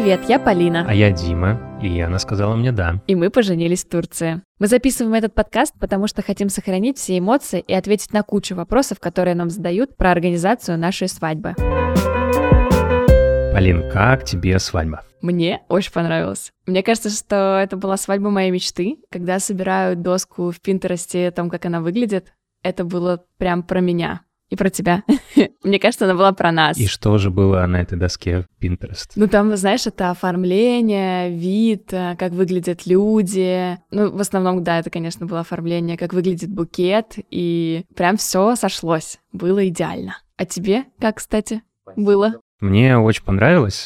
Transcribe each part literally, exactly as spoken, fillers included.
Привет, я Полина. А я Дима, и она сказала мне «да». И мы поженились в Турции. Мы записываем этот подкаст, потому что хотим сохранить все эмоции и ответить на кучу вопросов, которые нам задают про организацию нашей свадьбы. Полин, как тебе свадьба? Мне очень понравилось. Мне кажется, что это была свадьба моей мечты. Когда собираю доску в Пинтересте, там, как она выглядит, это было прям про меня. И про тебя. Мне кажется, она была про нас. И что же было на этой доске Pinterest? Ну, там, знаешь, это оформление, вид, как выглядят люди. Ну, в основном, да, это, конечно, было оформление, как выглядит букет. И прям все сошлось. Было идеально. А тебе как, кстати, было? Мне очень понравилось.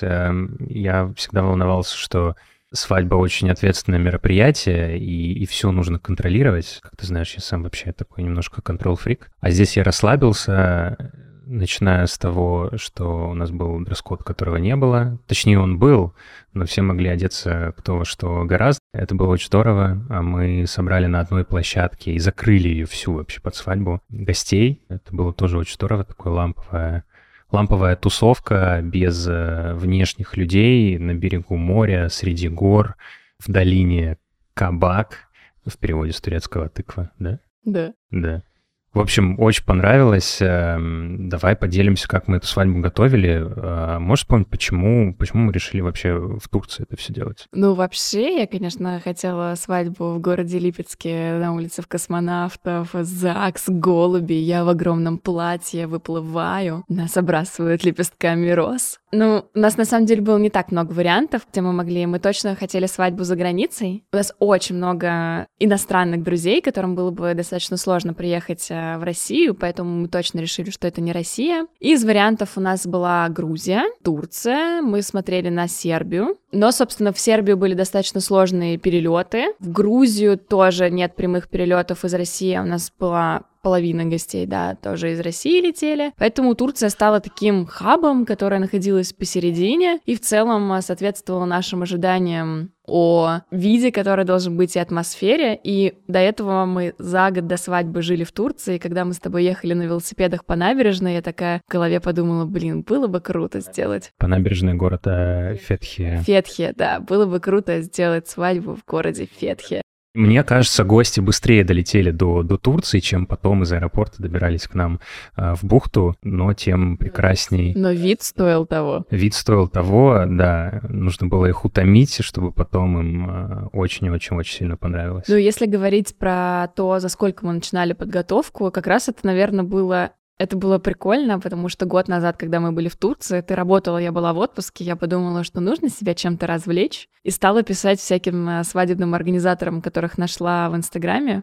Я всегда волновался, что свадьба очень ответственное мероприятие, и, и все нужно контролировать. Как ты знаешь, я сам вообще такой немножко контрол-фрик. А здесь я расслабился, начиная с того, что у нас был дресс-код, которого не было. Точнее, он был, но все могли одеться кто во что гораздо. Это было очень здорово. А мы собрали на одной площадке и закрыли ее всю вообще под свадьбу гостей. Это было тоже очень здорово, такое ламповое Ламповая тусовка без э, внешних людей на берегу моря, среди гор, в долине Кабак, в переводе с турецкого тыква, да? Да. Да. В общем, очень понравилось. Давай поделимся, как мы эту свадьбу готовили. Можешь вспомнить, почему, почему мы решили вообще в Турции это все делать? Ну, вообще, я, конечно, хотела свадьбу в городе Липецке на улице в Космонавтов, ЗАГС, голуби, я в огромном платье выплываю, нас обрасывают лепестками роз. Ну, у нас на самом деле было не так много вариантов, где мы могли. Мы точно хотели свадьбу за границей. У нас очень много иностранных друзей, которым было бы достаточно сложно приехать в Россию, поэтому мы точно решили, что это не Россия. Из вариантов у нас была Грузия, Турция, мы смотрели на Сербию, но, собственно, в Сербию были достаточно сложные перелеты. В Грузию тоже нет прямых перелетов из России, у нас была половина гостей, да, тоже из России летели. Поэтому Турция стала таким хабом, которое находилось посередине и в целом соответствовало нашим ожиданиям о виде, который должен быть, и атмосфере. И до этого мы за год до свадьбы жили в Турции, и когда мы с тобой ехали на велосипедах по набережной, я такая в голове подумала, блин, было бы круто сделать. По набережной города Фетхия. Фетхия, да, было бы круто сделать свадьбу в городе Фетхия. Мне кажется, гости быстрее долетели до, до Турции, чем потом из аэропорта добирались к нам э, в бухту, но тем прекрасней. Но вид стоил того. Вид стоил того, да. Нужно было их утомить, чтобы потом им очень-очень-очень сильно понравилось. Ну, если говорить про то, за сколько мы начинали подготовку, как раз это, наверное, было... Это было прикольно, потому что год назад, когда мы были в Турции, ты работала, я была в отпуске, я подумала, что нужно себя чем-то развлечь, и стала писать всяким свадебным организаторам, которых нашла в Инстаграме,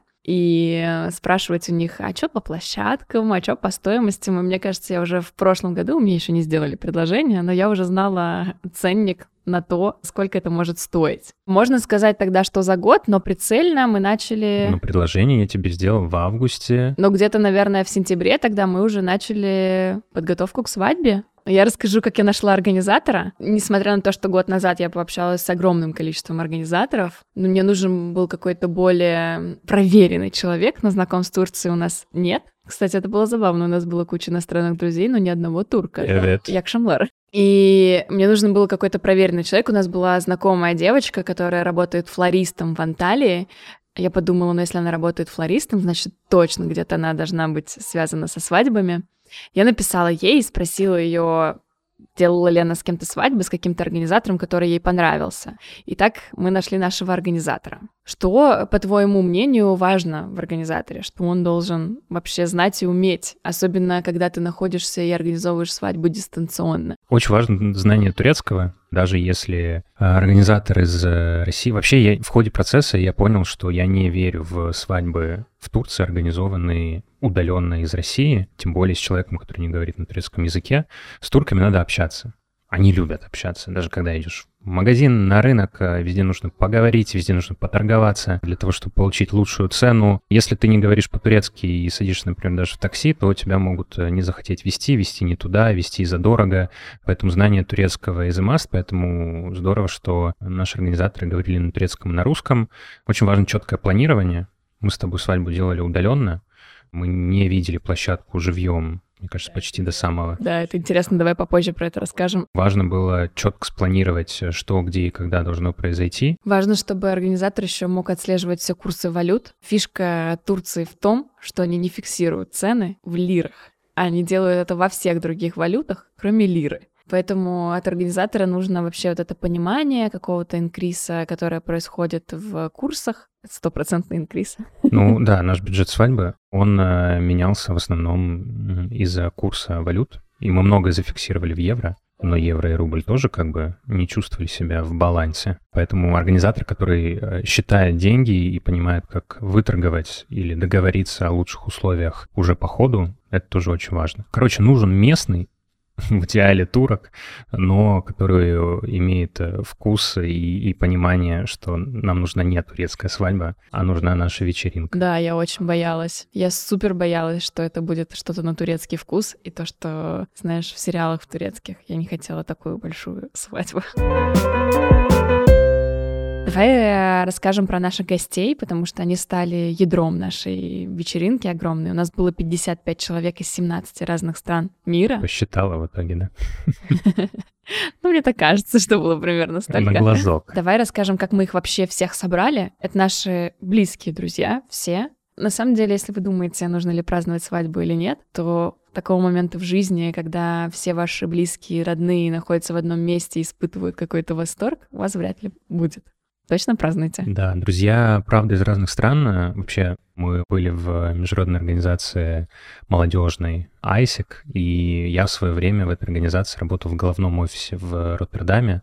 и спрашивать у них, а что по площадкам, а что по стоимостям. И мне кажется, я уже в прошлом году, мне еще не сделали предложение, но я уже знала ценник на то, сколько это может стоить. Можно сказать тогда, что за год, но прицельно мы начали... Ну, предложение я тебе сделал в августе. Но где-то, наверное, в сентябре тогда мы уже начали подготовку к свадьбе. Я расскажу, как я нашла организатора. Несмотря на то, что год назад я пообщалась с огромным количеством организаторов, но мне нужен был какой-то более проверенный человек, но знакомств с Турцией у нас нет. Кстати, это было забавно, у нас было куча иностранных друзей, но ни одного турка. Привет. Якшамлар. И мне нужен был какой-то проверенный человек. У нас была знакомая девочка, которая работает флористом в Анталии. Я подумала, ну если она работает флористом, значит точно где-то она должна быть связана со свадьбами. Я написала ей и спросила ее, делала ли она с кем-то свадьбы, с каким-то организатором, который ей понравился. И так мы нашли нашего организатора. Что, по твоему мнению, важно в организаторе? Что он должен вообще знать и уметь, особенно когда ты находишься и организовываешь свадьбу дистанционно? Очень важно знание турецкого, даже если организатор из России... Вообще, я, в ходе процесса я понял, что я не верю в свадьбы в Турции, организованные удаленно из России, тем более с человеком, который не говорит на турецком языке. С турками надо общаться. Они любят общаться, даже когда идешь в магазин, на рынок, везде нужно поговорить, везде нужно поторговаться для того, чтобы получить лучшую цену. Если ты не говоришь по-турецки и садишься, например, даже в такси, то тебя могут не захотеть везти, везти не туда, везти задорого. Поэтому знание турецкого is a must, поэтому здорово, что наши организаторы говорили на турецком и на русском. Очень важно четкое планирование. Мы с тобой свадьбу делали удаленно. Мы не видели площадку живьем, мне кажется, почти до самого. Да, это интересно, давай попозже про это расскажем. Важно было четко спланировать, что, где и когда должно произойти. Важно, чтобы организатор еще мог отслеживать все курсы валют. Фишка Турции в том, что они не фиксируют цены в лирах. Они делают это во всех других валютах, кроме лиры. Поэтому от организатора нужно вообще вот это понимание какого-то инкриса, которое происходит в курсах. Стопроцентный инкрис. Ну да, наш бюджет свадьбы, он э, менялся в основном из-за курса валют. И мы многое зафиксировали в евро, но евро и рубль тоже как бы не чувствовали себя в балансе. Поэтому организатор, который э, считает деньги и понимает, как выторговать или договориться о лучших условиях уже по ходу, это тоже очень важно. Короче, нужен местный, в идеале турок, но который имеет вкус и, и понимание, что нам нужна не турецкая свадьба, а нужна наша вечеринка. Да, я очень боялась. Я супер боялась, что это будет что-то на турецкий вкус, и то, что, знаешь, в сериалах в турецких. Я не хотела такую большую свадьбу. Давай расскажем про наших гостей, потому что они стали ядром нашей вечеринки огромной. У нас было пятьдесят пять человек из семнадцати разных стран мира. Посчитала в итоге, да? Ну, мне так кажется, что было примерно столько. На глазок. Давай расскажем, как мы их вообще всех собрали. Это наши близкие друзья, все. На самом деле, если вы думаете, нужно ли праздновать свадьбу или нет, то такого момента в жизни, когда все ваши близкие, родные находятся в одном месте и испытывают какой-то восторг, у вас вряд ли будет. Точно празднуйте? Да, друзья, правда, из разных стран. Вообще, мы были в международной организации молодежной айсек, и я в свое время в этой организации работал в головном офисе в Роттердаме,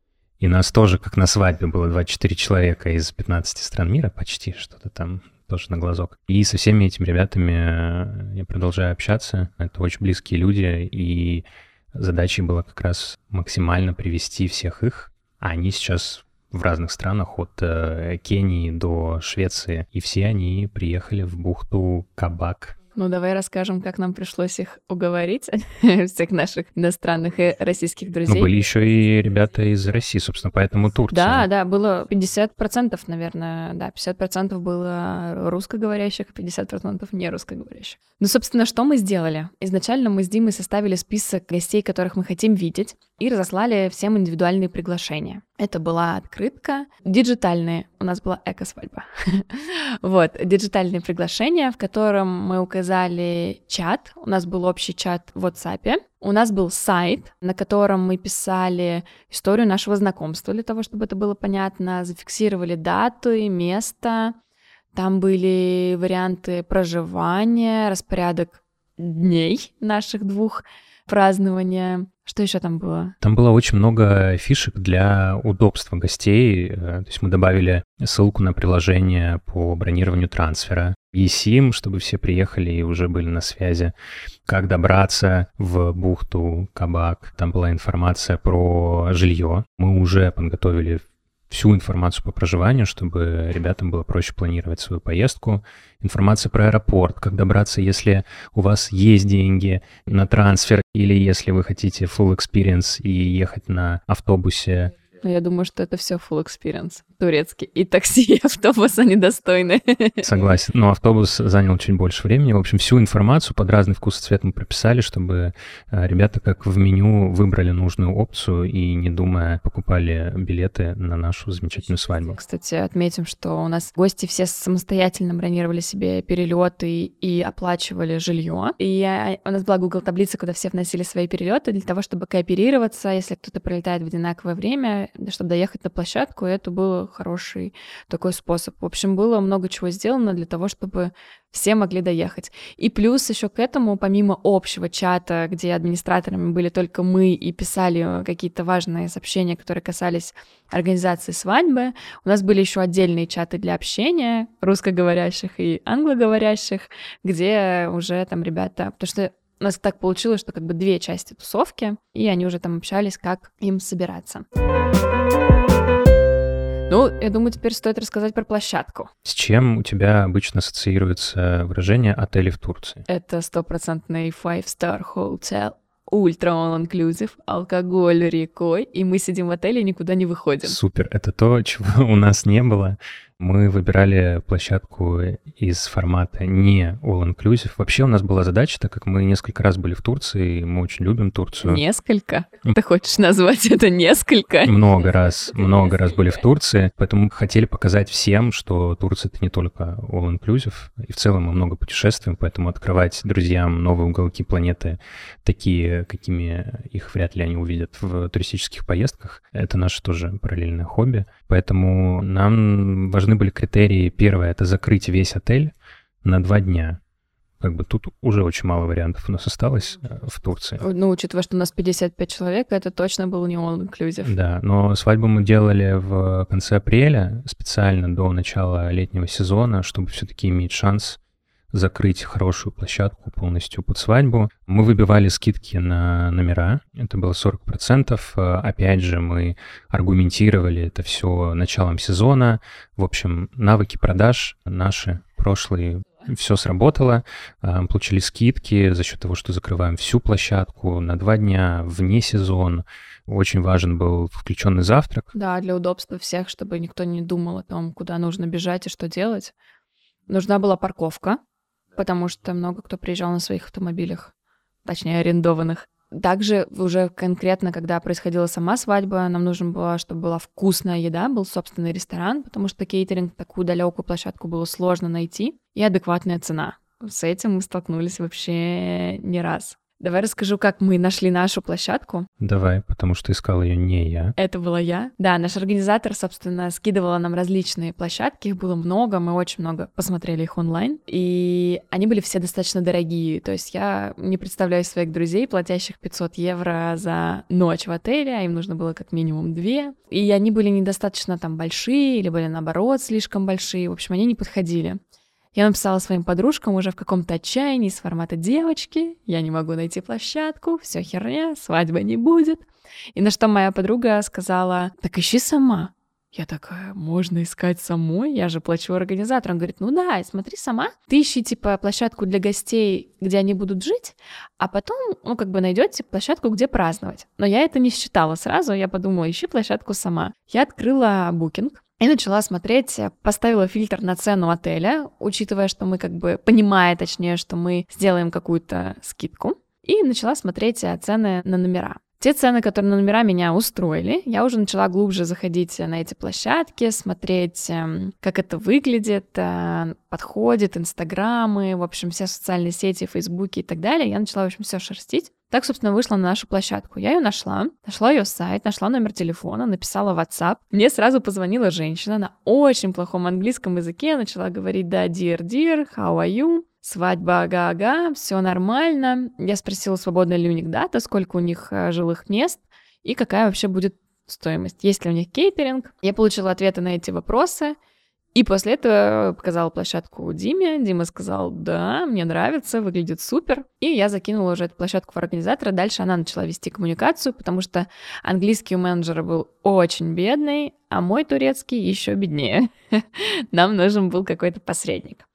и нас тоже, как на свадьбе, было двадцать четыре человека из пятнадцати стран мира, почти что-то там, тоже на глазок. И со всеми этими ребятами я продолжаю общаться. Это очень близкие люди, и задачей было как раз максимально привести всех их, а они сейчас в разных странах, от э, Кении до Швеции, и все они приехали в бухту Кабак. Ну, давай расскажем, как нам пришлось их уговорить, всех наших иностранных и российских друзей. Ну, были еще и ребята из России, собственно, поэтому Турция. Да, да, было пятьдесят процентов, наверное, да, пятьдесят процентов было русскоговорящих, пятьдесят процентов не русскоговорящих. Ну, собственно, что мы сделали? Изначально мы с Димой составили список гостей, которых мы хотим видеть, и разослали всем индивидуальные приглашения. Это была открытка, диджитальные, у нас была эко-свадьба. Вот, диджитальные приглашения, в котором мы указали чат, у нас был общий чат в WhatsApp, у нас был сайт, на котором мы писали историю нашего знакомства, для того, чтобы это было понятно, зафиксировали даты, место, там были варианты проживания, распорядок дней наших двух празднования. Что еще там было? Там было очень много фишек для удобства гостей. То есть мы добавили ссылку на приложение по бронированию трансфера, eSIM, чтобы все приехали и уже были на связи. Как добраться в бухту Кабак. Там была информация про жилье. Мы уже подготовили всю информацию по проживанию, чтобы ребятам было проще планировать свою поездку. Информация про аэропорт, как добраться, если у вас есть деньги на трансфер, или если вы хотите full experience и ехать на автобусе. Ну, я думаю, что это все full experience. Турецкий. И такси, и автобус, они достойны. Согласен. Но автобус занял чуть больше времени. В общем, всю информацию под разный вкус и цвет мы прописали, чтобы ребята как в меню выбрали нужную опцию и, не думая, покупали билеты на нашу замечательную свадьбу. Кстати, отметим, что у нас гости все самостоятельно бронировали себе перелеты и оплачивали жилье. И у нас была Google таблица, куда все вносили свои перелеты для того, чтобы кооперироваться, если кто-то прилетает в одинаковое время, чтобы доехать на площадку, и это было хороший такой способ. В общем, было много чего сделано для того, чтобы все могли доехать. И плюс еще к этому, помимо общего чата, где администраторами были только мы и писали какие-то важные сообщения, которые касались организации свадьбы, у нас были еще отдельные чаты для общения русскоговорящих и англоговорящих, где уже там ребята... Потому что у нас так получилось, что как бы две части тусовки, и они уже там общались, как им собираться. Ну, я думаю, теперь стоит рассказать про площадку. С чем у тебя обычно ассоциируется выражение «отели в Турции»? Это стопроцентный five-star hotel, ультра all-inclusive, алкоголь рекой, и мы сидим в отеле и никуда не выходим. Супер, это то, чего у нас не было. Мы выбирали площадку из формата не all-inclusive. Вообще у нас была задача, так как мы несколько раз были в Турции, мы очень любим Турцию. Несколько? Ты хочешь назвать это несколько? Много раз, много раз были в Турции, поэтому мы хотели показать всем, что Турция — это не только all-inclusive, и в целом мы много путешествуем, поэтому открывать друзьям новые уголки планеты, такие, какими их вряд ли они увидят в туристических поездках, это наше тоже параллельное хобби. Поэтому нам важны были критерии. Первое — это закрыть весь отель на два дня. Как бы тут уже очень мало вариантов у нас осталось в Турции. Ну, учитывая, что у нас пятьдесят пять человек, это точно был не all-inclusive. Да, но свадьбу мы делали в конце апреля, специально до начала летнего сезона, чтобы все-таки иметь шанс закрыть хорошую площадку полностью под свадьбу. Мы выбивали скидки на номера, это было сорок процентов. Опять же, мы аргументировали это все началом сезона. В общем, навыки продаж наши прошлые, все сработало. Получили скидки за счет того, что закрываем всю площадку на два дня, вне сезон. Очень важен был включенный завтрак. Да, для удобства всех, чтобы никто не думал о том, куда нужно бежать и что делать. Нужна была парковка, потому что много кто приезжал на своих автомобилях, точнее, арендованных. Также уже конкретно, когда происходила сама свадьба, нам нужно было, чтобы была вкусная еда, был собственный ресторан, потому что кейтеринг, такую далекую площадку было сложно найти, и адекватная цена. С этим мы столкнулись вообще не раз. Давай расскажу, как мы нашли нашу площадку. Давай, потому что искал ее не я. Это была я. Да, наш организатор, собственно, скидывала нам различные площадки, их было много, мы очень много посмотрели их онлайн, и они были все достаточно дорогие, то есть я не представляю своих друзей, платящих пятьсот евро за ночь в отеле, а им нужно было как минимум две, и они были недостаточно там большие, или были наоборот слишком большие, в общем, они не подходили. Я написала своим подружкам уже в каком-то отчаянии с формата «девочки, я не могу найти площадку, все херня, свадьбы не будет». И на что моя подруга сказала: «Так ищи сама». Я такая: можно искать самой? Я же плачу организатору. Он говорит: ну да, смотри сама. Ты ищи, типа, площадку для гостей, где они будут жить, а потом, ну, как бы найдете площадку, где праздновать. Но я это не считала сразу, я подумала: ищи площадку сама. Я открыла букинг и начала смотреть, поставила фильтр на цену отеля, учитывая, что мы как бы, понимая точнее, что мы сделаем какую-то скидку, и начала смотреть цены на номера. Те цены, которые на номера меня устроили, я уже начала глубже заходить на эти площадки, смотреть, как это выглядит, подходит, инстаграмы, в общем, все социальные сети, фейсбуки и так далее. Я начала, в общем, все шерстить. Так, собственно, вышла на нашу площадку. Я ее нашла, нашла ее сайт, нашла номер телефона, написала в WhatsApp. Мне сразу позвонила женщина на очень плохом английском языке, начала говорить: да, dear, dear, how are you? Свадьба, ага-ага, все нормально. Я спросила, свободна ли у них дата, сколько у них жилых мест и какая вообще будет стоимость, есть ли у них кейтеринг. Я получила ответы на эти вопросы. И после этого показала площадку Диме. Дима сказал: да, мне нравится, выглядит супер. И я закинула уже эту площадку в организатора. Дальше она начала вести коммуникацию, потому что английский у менеджера был очень бедный, а мой турецкий еще беднее. Нам нужен был какой-то посредник.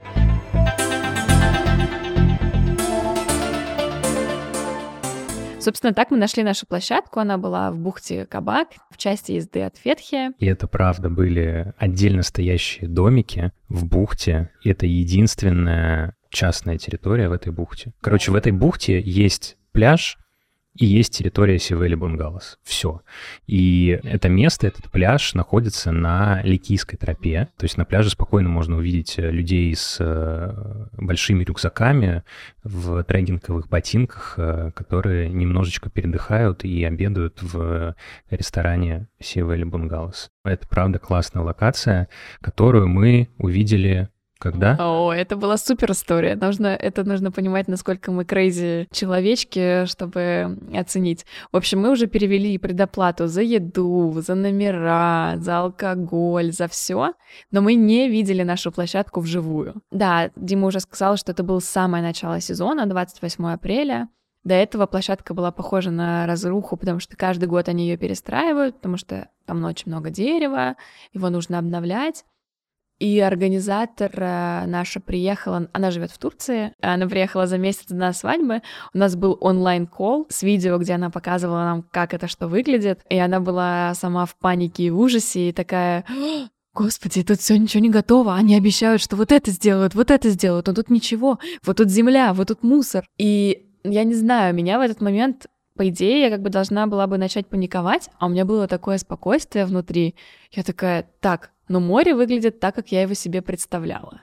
Собственно, так мы нашли нашу площадку. Она была в бухте Кабак, в части езды от Фетхи. И это правда были отдельно стоящие домики в бухте. И это единственная частная территория в этой бухте. Короче, в этой бухте есть пляж и есть территория Севели Бунгалос. Все. И это место, этот пляж находится на Ликийской тропе. То есть на пляже спокойно можно увидеть людей с большими рюкзаками в трекинговых ботинках, которые немножечко передыхают и обедают в ресторане Севели Бунгалос. Это, правда, классная локация, которую мы увидели... Когда? О, это была супер история. Нужно, это нужно понимать, насколько мы крейзи человечки, чтобы оценить. В общем, мы уже перевели предоплату за еду, за номера, за алкоголь, за все, но мы не видели нашу площадку вживую. Да, Дима уже сказал, что это было самое начало сезона, двадцать восьмое апреля. До этого площадка была похожа на разруху, потому что каждый год они ее перестраивают, потому что там очень много дерева, его нужно обновлять. И организатор наша приехала, она живет в Турции, она приехала за месяц до свадьбы, у нас был онлайн-колл с видео, где она показывала нам, как это что выглядит, и она была сама в панике и в ужасе, и такая: господи, тут все ничего не готово, они обещают, что вот это сделают, вот это сделают, но тут ничего, вот тут земля, вот тут мусор. И я не знаю, меня в этот момент, по идее, я как бы должна была бы начать паниковать, а у меня было такое спокойствие внутри. Я такая, так, но море выглядит так, как я его себе представляла.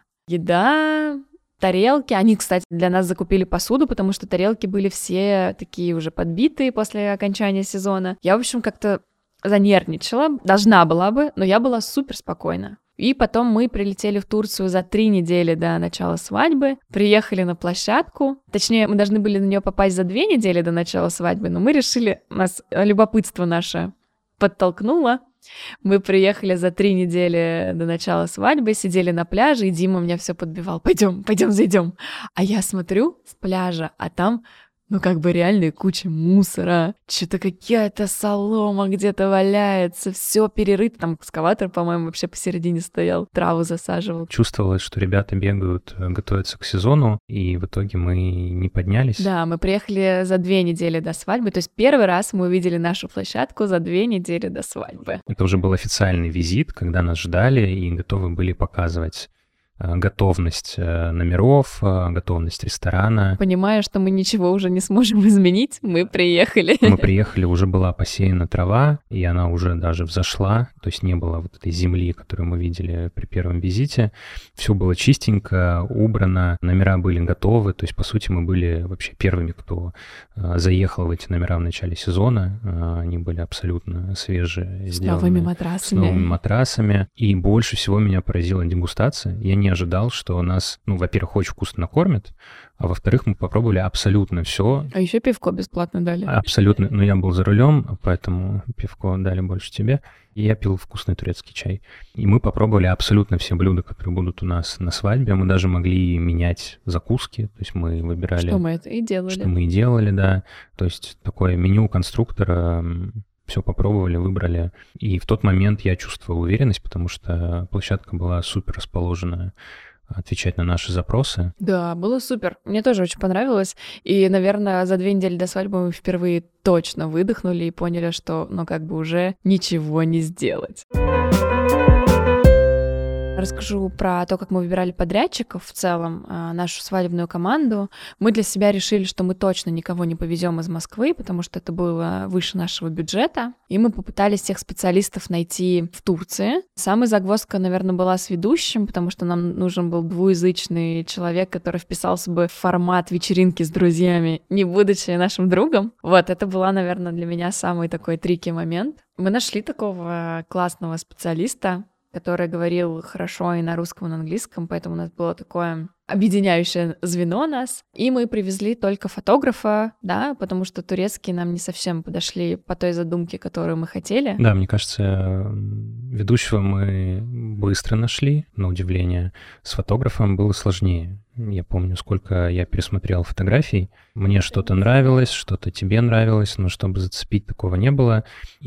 Еда, тарелки. Они, кстати, для нас закупили посуду, потому что тарелки были все такие уже подбитые после окончания сезона. Я, в общем, как-то занервничала, должна была бы, но я была супер спокойна. И потом мы прилетели в Турцию за три недели до начала свадьбы, приехали на площадку, точнее, мы должны были на нее попасть за две недели до начала свадьбы, но мы решили, нас любопытство наше подтолкнуло. Мы приехали за три недели до начала свадьбы, сидели на пляже, и Дима меня все подбивал: пойдем, пойдем, зайдем. А я смотрю с пляжа, а там, ну, как бы реальная куча мусора, что-то какая-то солома где-то валяется, все перерыто, там экскаватор, по-моему, вообще посередине стоял, траву засаживал. Чувствовалось, что ребята бегают, готовятся к сезону, и в итоге мы не поднялись. Да, мы приехали за две недели до свадьбы, то есть первый раз мы увидели нашу площадку за две недели до свадьбы. Это уже был официальный визит, когда нас ждали и готовы были показывать готовность номеров, готовность ресторана. Понимая, что мы ничего уже не сможем изменить, мы приехали. Мы приехали, уже была посеяна трава, и она уже даже взошла, то есть не было вот этой земли, которую мы видели при первом визите. Все было чистенько, убрано, номера были готовы, то есть, по сути, мы были вообще первыми, кто заехал в эти номера в начале сезона. Они были абсолютно свежие, с новыми матрасами. С новыми матрасами. И больше всего меня поразила дегустация. Я не не ожидал, что нас, ну, во-первых, очень вкусно накормят, а во-вторых, мы попробовали абсолютно все. А еще пивко бесплатно дали. Абсолютно. Ну, я был за рулем, поэтому пивко дали больше тебе. И я пил вкусный турецкий чай. И мы попробовали абсолютно все блюда, которые будут у нас на свадьбе. Мы даже могли менять закуски, то есть мы выбирали... Что мы это и делали. Что мы и делали, да. То есть такое меню конструктора... Все попробовали, выбрали. И в тот момент я чувствовал уверенность, потому что площадка была супер расположена отвечать на наши запросы. Да, было супер. Мне тоже очень понравилось. И, наверное, за две недели до свадьбы мы впервые точно выдохнули и поняли, что, ну, как бы уже ничего не сделать. Расскажу про то, как мы выбирали подрядчиков в целом, нашу свадебную команду. Мы для себя решили, что мы точно никого не повезем из Москвы, потому что это было выше нашего бюджета. И мы попытались всех специалистов найти в Турции. Самая загвоздка, наверное, была с ведущим, потому что нам нужен был двуязычный человек, который вписался бы в формат вечеринки с друзьями, не будучи нашим другом. Вот, это была, наверное, для меня самый такой трики момент. Мы нашли такого классного специалиста, который говорил хорошо и на русском, и на английском, поэтому у нас было такое объединяющее звено нас. И мы привезли только фотографа, да, потому что турецкие нам не совсем подошли по той задумке, которую мы хотели. Да, мне кажется, ведущего мы быстро нашли, на удивление. С фотографом было сложнее. Я помню, сколько я пересмотрел фотографий. Мне что-то нравилось, что-то тебе нравилось, но чтобы зацепить, такого не было.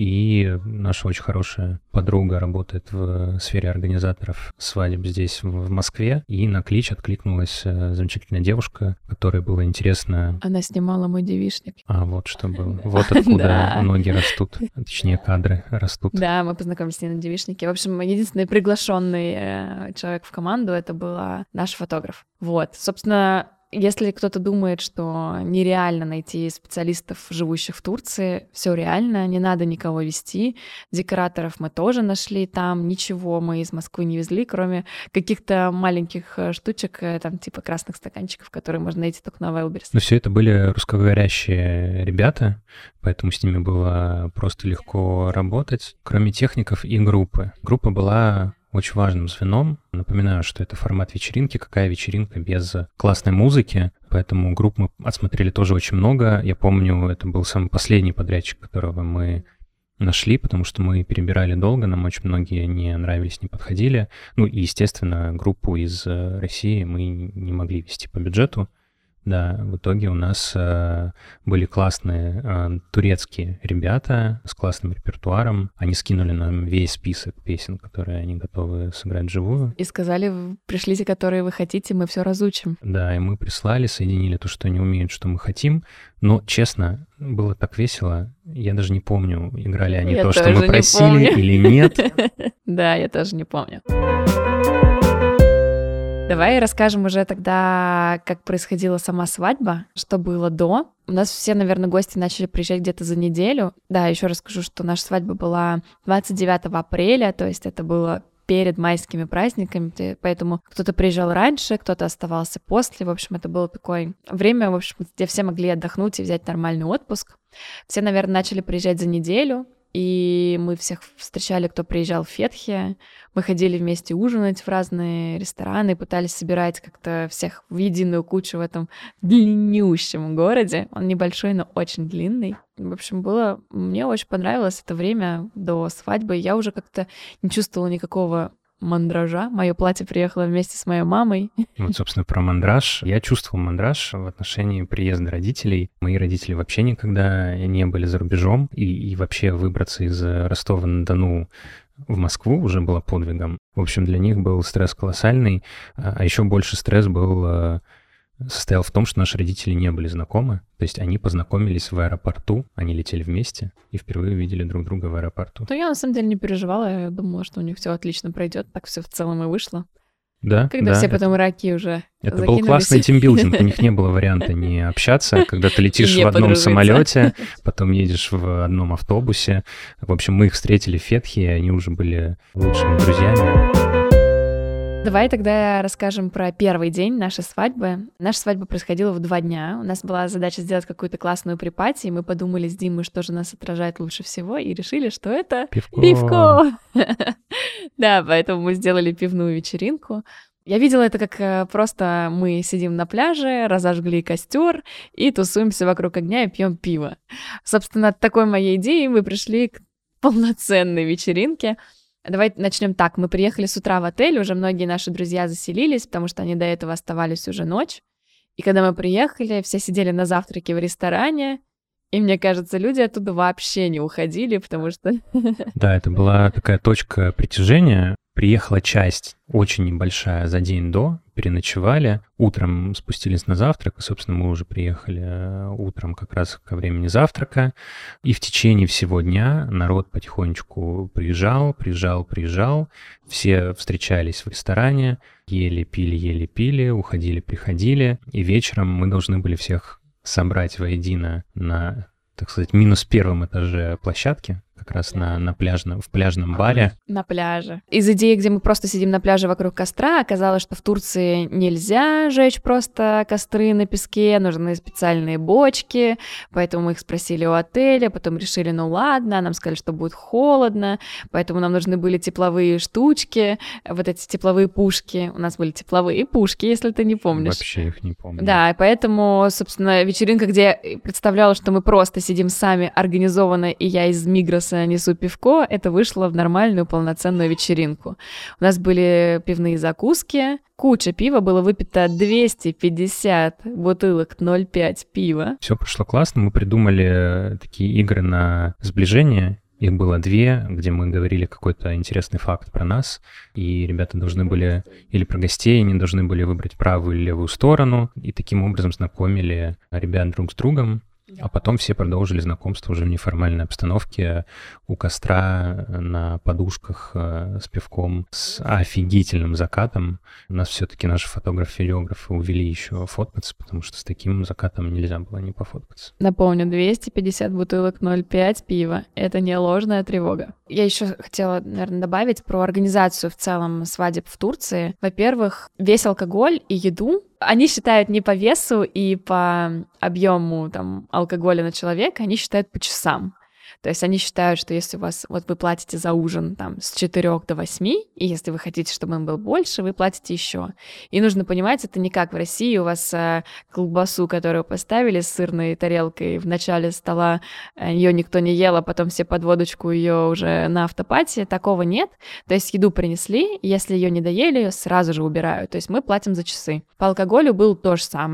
И наша очень хорошая подруга работает в сфере организаторов свадеб здесь, в Москве. И на клич откликнулась замечательная девушка, которой было интересно... Она снимала мой девичник. А, вот что было. Вот откуда ноги растут, точнее, кадры растут. Да, мы познакомились с ней на девичнике. В общем, единственный приглашенный человек в команду — это была наш фотограф. Вот, собственно, если кто-то думает, что нереально найти специалистов, живущих в Турции, все реально, не надо никого везти. Декораторов мы тоже нашли там, ничего мы из Москвы не везли, кроме каких-то маленьких штучек, там типа красных стаканчиков, которые можно найти только на Wildberries. Но все это были русскоговорящие ребята, поэтому с ними было просто легко работать, кроме техников и группы. Группа была очень важным звеном. Напоминаю, что это формат вечеринки. Какая вечеринка без классной музыки? Поэтому групп мы отсмотрели тоже очень много. Я помню, это был самый последний подрядчик, которого мы нашли, потому что мы перебирали долго, нам очень многие не нравились, не подходили. Ну и, естественно, группу из России мы не могли вести по бюджету, Да, в итоге у нас э, были классные э, турецкие ребята с классным репертуаром. Они скинули нам весь список песен, которые они готовы сыграть вживую. И сказали, пришлите, которые вы хотите, мы все разучим. Да, и мы прислали, соединили то, что они умеют, что мы хотим. Но, честно, было так весело. Я даже не помню, играли они Я то, что мы тоже не просили помню. или нет. Да, я тоже не помню. Давай расскажем уже тогда, как происходила сама свадьба, что было до. У нас все, наверное, гости начали приезжать где-то за неделю. Да, еще расскажу, что наша свадьба была двадцать девятого апреля, то есть это было перед майскими праздниками, поэтому кто-то приезжал раньше, кто-то оставался после. В общем, это было такое время, в общем, где все могли отдохнуть и взять нормальный отпуск. Все, наверное, начали приезжать за неделю, и мы всех встречали, кто приезжал в Фетхе. Мы ходили вместе ужинать в разные рестораны, пытались собирать как-то всех в единую кучу в этом длиннющем городе. Он небольшой, но очень длинный. В общем, было... Мне очень понравилось это время до свадьбы. Я уже как-то не чувствовала никакого мандража. Мое платье приехало вместе с моей мамой. Вот, собственно, про мандраж. Я чувствовал мандраж в отношении приезда родителей. Мои родители вообще никогда не были за рубежом. И, и вообще выбраться из Ростова-на-Дону в Москву уже было подвигом. В общем, для них был стресс колоссальный. А еще больше стресс был... состоял в том, что наши родители не были знакомы. То есть они познакомились в аэропорту, они летели вместе и впервые увидели друг друга в аэропорту. То я на самом деле не переживала, я думала, что у них все отлично пройдет, так все в целом и вышло. Да, Когда да, все это, потом ираки уже это закинулись. был классный тимбилдинг, у них не было варианта не общаться, когда ты летишь Не в одном подружиться. самолете, потом едешь в одном автобусе. В общем, мы их встретили в Фетхе, и они уже были лучшими друзьями. Давай тогда расскажем про первый день нашей свадьбы. Наша свадьба происходила в два дня. У нас была задача сделать какую-то классную припати, и мы подумали с Димой, что же нас отражает лучше всего, и решили, что это Пивко. пивко. Да, поэтому мы сделали пивную вечеринку. Я видела это как э, просто мы сидим на пляже, разожгли костер и тусуемся вокруг огня и пьем пиво. Собственно, от такой моей идеи мы пришли к полноценной вечеринке. Давай начнем так. Мы приехали с утра в отель, уже многие наши друзья заселились, потому что они до этого оставались уже ночь. И когда мы приехали, все сидели на завтраке в ресторане, и мне кажется, люди оттуда вообще не уходили, потому что... Да, это была такая точка притяжения. Приехала часть очень небольшая за день до, переночевали, утром спустились на завтрак, и, собственно, мы уже приехали утром как раз ко времени завтрака, и в течение всего дня народ потихонечку приезжал, приезжал, приезжал, все встречались в ресторане, ели, пили, ели, пили, уходили, приходили, и вечером мы должны были всех собрать воедино на, так сказать, минус первом этаже площадки, как раз на, на пляжном, в пляжном баре. На пляже. Из идеи, где мы просто сидим на пляже вокруг костра, оказалось, что в Турции нельзя жечь просто костры на песке, нужны специальные бочки, поэтому мы их спросили у отеля, потом решили, ну ладно, нам сказали, что будет холодно, поэтому нам нужны были тепловые штучки, вот эти тепловые пушки. У нас были тепловые пушки, если ты не помнишь. Вообще их не помню. Да, и поэтому, собственно, вечеринка, где я представляла, что мы просто сидим сами организованно, и я из Мигроса несу пивко, это вышло в нормальную полноценную вечеринку. У нас были пивные закуски, куча пива, было выпито двести пятьдесят бутылок ноль пять пива. Все прошло классно, мы придумали такие игры на сближение. Их было две, где мы говорили какой-то интересный факт про нас, и ребята должны были, или про гостей, они должны были выбрать правую или левую сторону, и таким образом знакомили ребят друг с другом. А потом все продолжили знакомство уже в неформальной обстановке у костра на подушках с пивком, с офигительным закатом. Нас все-таки наши фотографы-видеографы увели еще фоткаться, потому что с таким закатом нельзя было не пофоткаться. Напомню, двести пятьдесят бутылок ноль пять пива. Это не ложная тревога. Я еще хотела, наверное, добавить про организацию в целом свадеб в Турции. Во-первых, весь алкоголь и еду они считают не по весу и по объему там алкоголя на человека, они считают по часам. То есть они считают, что если у вас, вот вы платите за ужин там с четырёх до восьми, и если вы хотите, чтобы он был больше, вы платите еще. И нужно понимать, это не как в России, у вас а, колбасу, которую поставили с сырной тарелкой в начале стола, ее никто не ел, а потом все под водочку ее уже на автопате, такого нет. То есть еду принесли, если ее не доели, ее сразу же убирают. То есть мы платим за часы. По алкоголю было то же самое.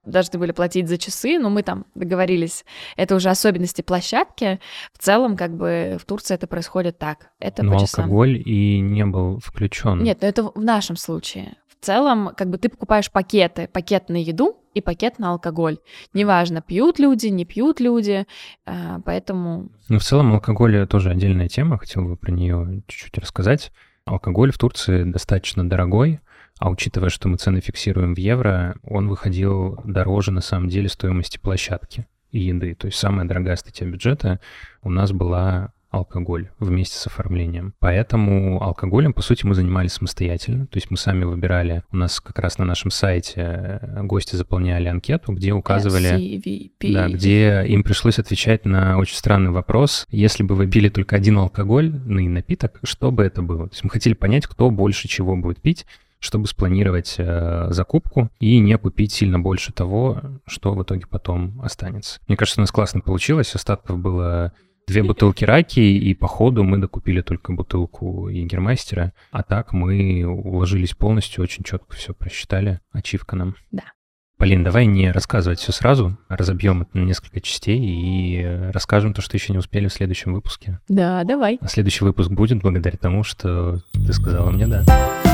должны были платить за часы, но мы там договорились, это уже особенности площадки. В целом, как бы в Турции это происходит так, это Но по часам. алкоголь и не был включен. Нет, но это в нашем случае. В целом, как бы ты покупаешь пакеты, пакет на еду и пакет на алкоголь. Неважно, пьют люди, не пьют люди, а, поэтому... Ну, в целом, алкоголь тоже отдельная тема, хотел бы про нее чуть-чуть рассказать. Алкоголь в Турции достаточно дорогой, а учитывая, что мы цены фиксируем в евро, он выходил дороже, на самом деле, стоимости площадки и еды. То есть самая дорогая статья бюджета у нас была алкоголь вместе с оформлением. Поэтому алкоголем, по сути, мы занимались самостоятельно. То есть мы сами выбирали, у нас как раз на нашем сайте гости заполняли анкету, где указывали... си ви пи. Да, где им пришлось отвечать на очень странный вопрос. Если бы вы пили только один алкогольный напиток, что бы это было? То есть мы хотели понять, кто больше чего будет пить, чтобы спланировать э, закупку и не купить сильно больше того, что в итоге потом останется. Мне кажется, у нас классно получилось. Остатков было две бутылки раки, и по ходу мы докупили только бутылку егермейстера. А так мы уложились полностью, очень четко все просчитали. Ачивка нам. Да. Полин, давай не рассказывать все сразу, разобьем это на несколько частей и расскажем то, что еще не успели в следующем выпуске. Да, давай. А следующий выпуск будет благодаря тому, что ты сказала мне «да».